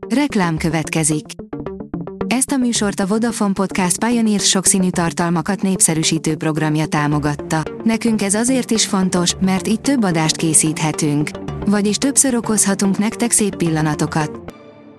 Reklám következik. Ezt a műsort a Vodafone Podcast Pioneer sokszínű tartalmakat népszerűsítő programja támogatta. Nekünk ez azért is fontos, mert így több adást készíthetünk. Vagyis többször okozhatunk nektek szép pillanatokat.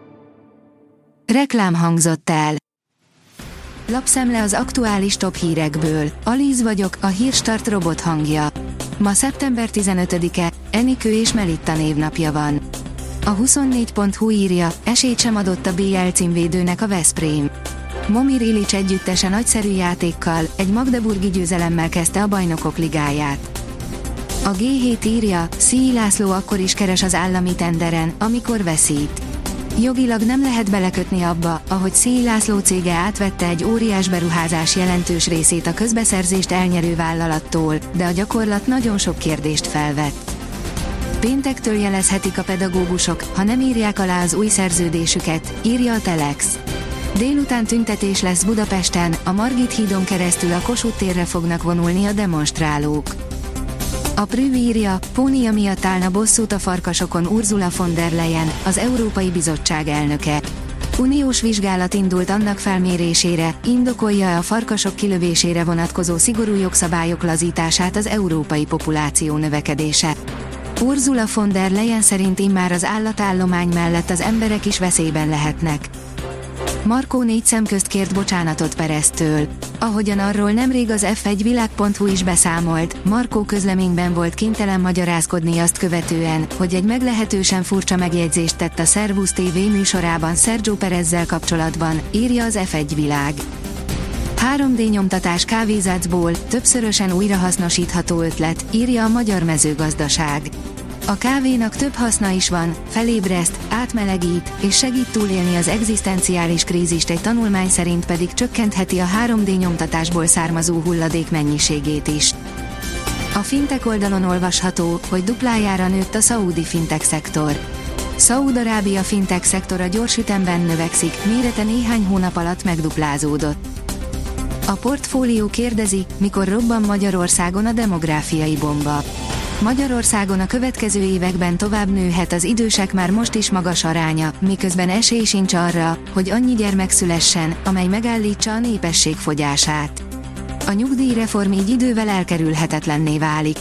Reklám hangzott el. Lapszemle az aktuális top hírekből. Alíz vagyok, a Hírstart robot hangja. Ma szeptember 15-e, Enikő és Melitta névnapja van. A 24.hu írja, esélyt sem adott a BL címvédőnek a Veszprém. Momir Ilic együttese nagyszerű játékkal, egy magdeburgi győzelemmel kezdte a Bajnokok Ligáját. A G7 írja, Szíj László akkor is keres az állami tenderen, amikor veszít. Jogilag nem lehet belekötni abba, ahogy Szíj László cége átvette egy óriás beruházás jelentős részét a közbeszerzést elnyerő vállalattól, de a gyakorlat nagyon sok kérdést felvet. Péntektől jelezhetik a pedagógusok, ha nem írják alá az új szerződésüket, írja a Telex. Délután tüntetés lesz Budapesten, a Margit hídon keresztül a Kossuth térre fognak vonulni a demonstrálók. A Prüv írja, Pónia miatt állna bosszút a farkasokon Ursula von der Leyen, az Európai Bizottság elnöke. Uniós vizsgálat indult annak felmérésére, indokolja a farkasok kilövésére vonatkozó szigorú jogszabályok lazítását az európai populáció növekedése. Ursula von der Leyen szerint immár az állatállomány mellett az emberek is veszélyben lehetnek. Markó 4 szemközt kért bocsánatot Pereztől. Ahogyan arról nemrég az F1világ.hu is beszámolt, Markó közleményben volt kénytelen magyarázkodni azt követően, hogy egy meglehetősen furcsa megjegyzést tett a Servus TV műsorában Sergio Perezzel kapcsolatban, írja az F1 világ. 3D nyomtatás kávézácból, többszörösen újrahasznosítható ötlet, írja a Magyar Mezőgazdaság. A kávénak több haszna is van, felébreszt, átmelegít, és segít túlélni az egzisztenciális krízist, egy tanulmány szerint pedig csökkentheti a 3D nyomtatásból származó hulladék mennyiségét is. A fintech oldalon olvasható, hogy duplájára nőtt a szaúdi fintech szektor. Szaúd-Arábia fintech szektora gyors ütemben növekszik, mérete néhány hónap alatt megduplázódott. A Portfólió kérdezi, mikor robban Magyarországon a demográfiai bomba. Magyarországon a következő években tovább nőhet az idősek már most is magas aránya, miközben esély sincs arra, hogy annyi gyermek szülessen, amely megállítsa a népesség fogyását. A nyugdíjreform így idővel elkerülhetetlenné válik.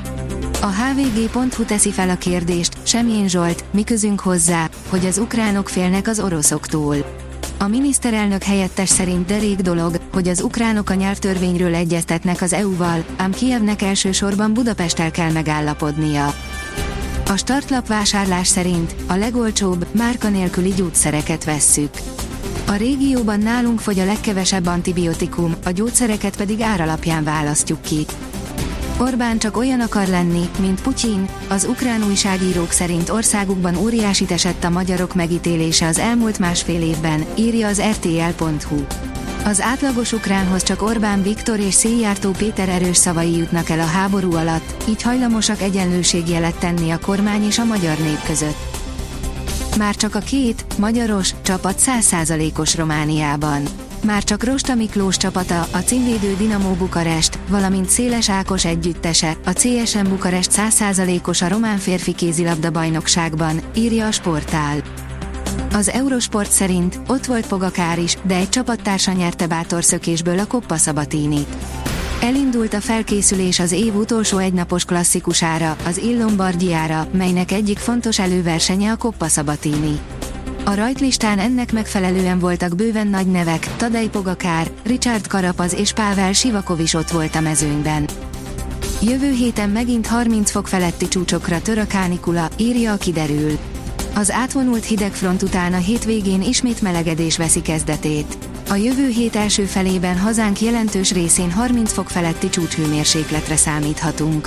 A hvg.hu teszi fel a kérdést, Semjén Zsolt, mi közünk hozzá, hogy az ukránok félnek az oroszoktól. A miniszterelnök helyettes szerint derék dolog, hogy az ukránok a nyelvtörvényről egyeztetnek az EU-val, ám Kijevnek elsősorban Budapesttel kell megállapodnia. A startlap vásárlás szerint a legolcsóbb, márka nélküli gyógyszereket vesszük. A régióban nálunk fogy a legkevesebb antibiotikum, a gyógyszereket pedig áralapján választjuk ki. Orbán csak olyan akar lenni, mint Putyin, az ukrán újságírók szerint országukban óriásit esett a magyarok megítélése az elmúlt másfél évben, írja az rtl.hu. Az átlagos ukránhoz csak Orbán Viktor és Szijjártó Péter erős szavai jutnak el a háború alatt, így hajlamosak egyenlőségjelet tenni a kormány és a magyar nép között. Már csak a két, magyaros, csapat 100%-os Romániában. Már csak Rosta Miklós csapata, a címvédő Dinamo Bukarest, valamint Széles Ákos együttese, a CSM Bukarest 100%-os a román férfi kézilabda bajnokságban, írja a Sportál. Az Eurosport szerint ott volt Pogačár is, de egy csapattársa nyerte bátor szökésből a Coppa Sabatinit. Elindult a felkészülés az év utolsó egynapos klasszikusára, az Il Lombardiára, melynek egyik fontos előversenye a Coppa Sabatini. A rajtlistán ennek megfelelően voltak bőven nagy nevek, Tadej Pogačár, Richard Carapaz és Pavel Sivakov is ott volt a mezőnyben. Jövő héten megint 30 fok feletti csúcsokra tör a kánikula, írja a Kiderül. Az átvonult hidegfront után a hétvégén ismét melegedés veszi kezdetét. A jövő hét első felében hazánk jelentős részén 30 fok feletti csúcshőmérsékletre számíthatunk.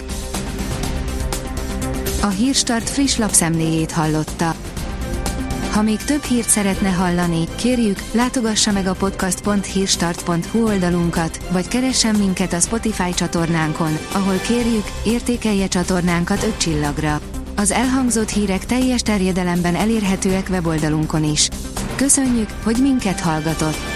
A Hírstart friss lapszemléjét hallotta. Ha még több hírt szeretne hallani, kérjük, látogassa meg a podcast.hírstart.hu oldalunkat, vagy keressen minket a Spotify csatornánkon, ahol kérjük, értékelje csatornánkat 5 csillagra. Az elhangzott hírek teljes terjedelemben elérhetőek weboldalunkon is. Köszönjük, hogy minket hallgatott!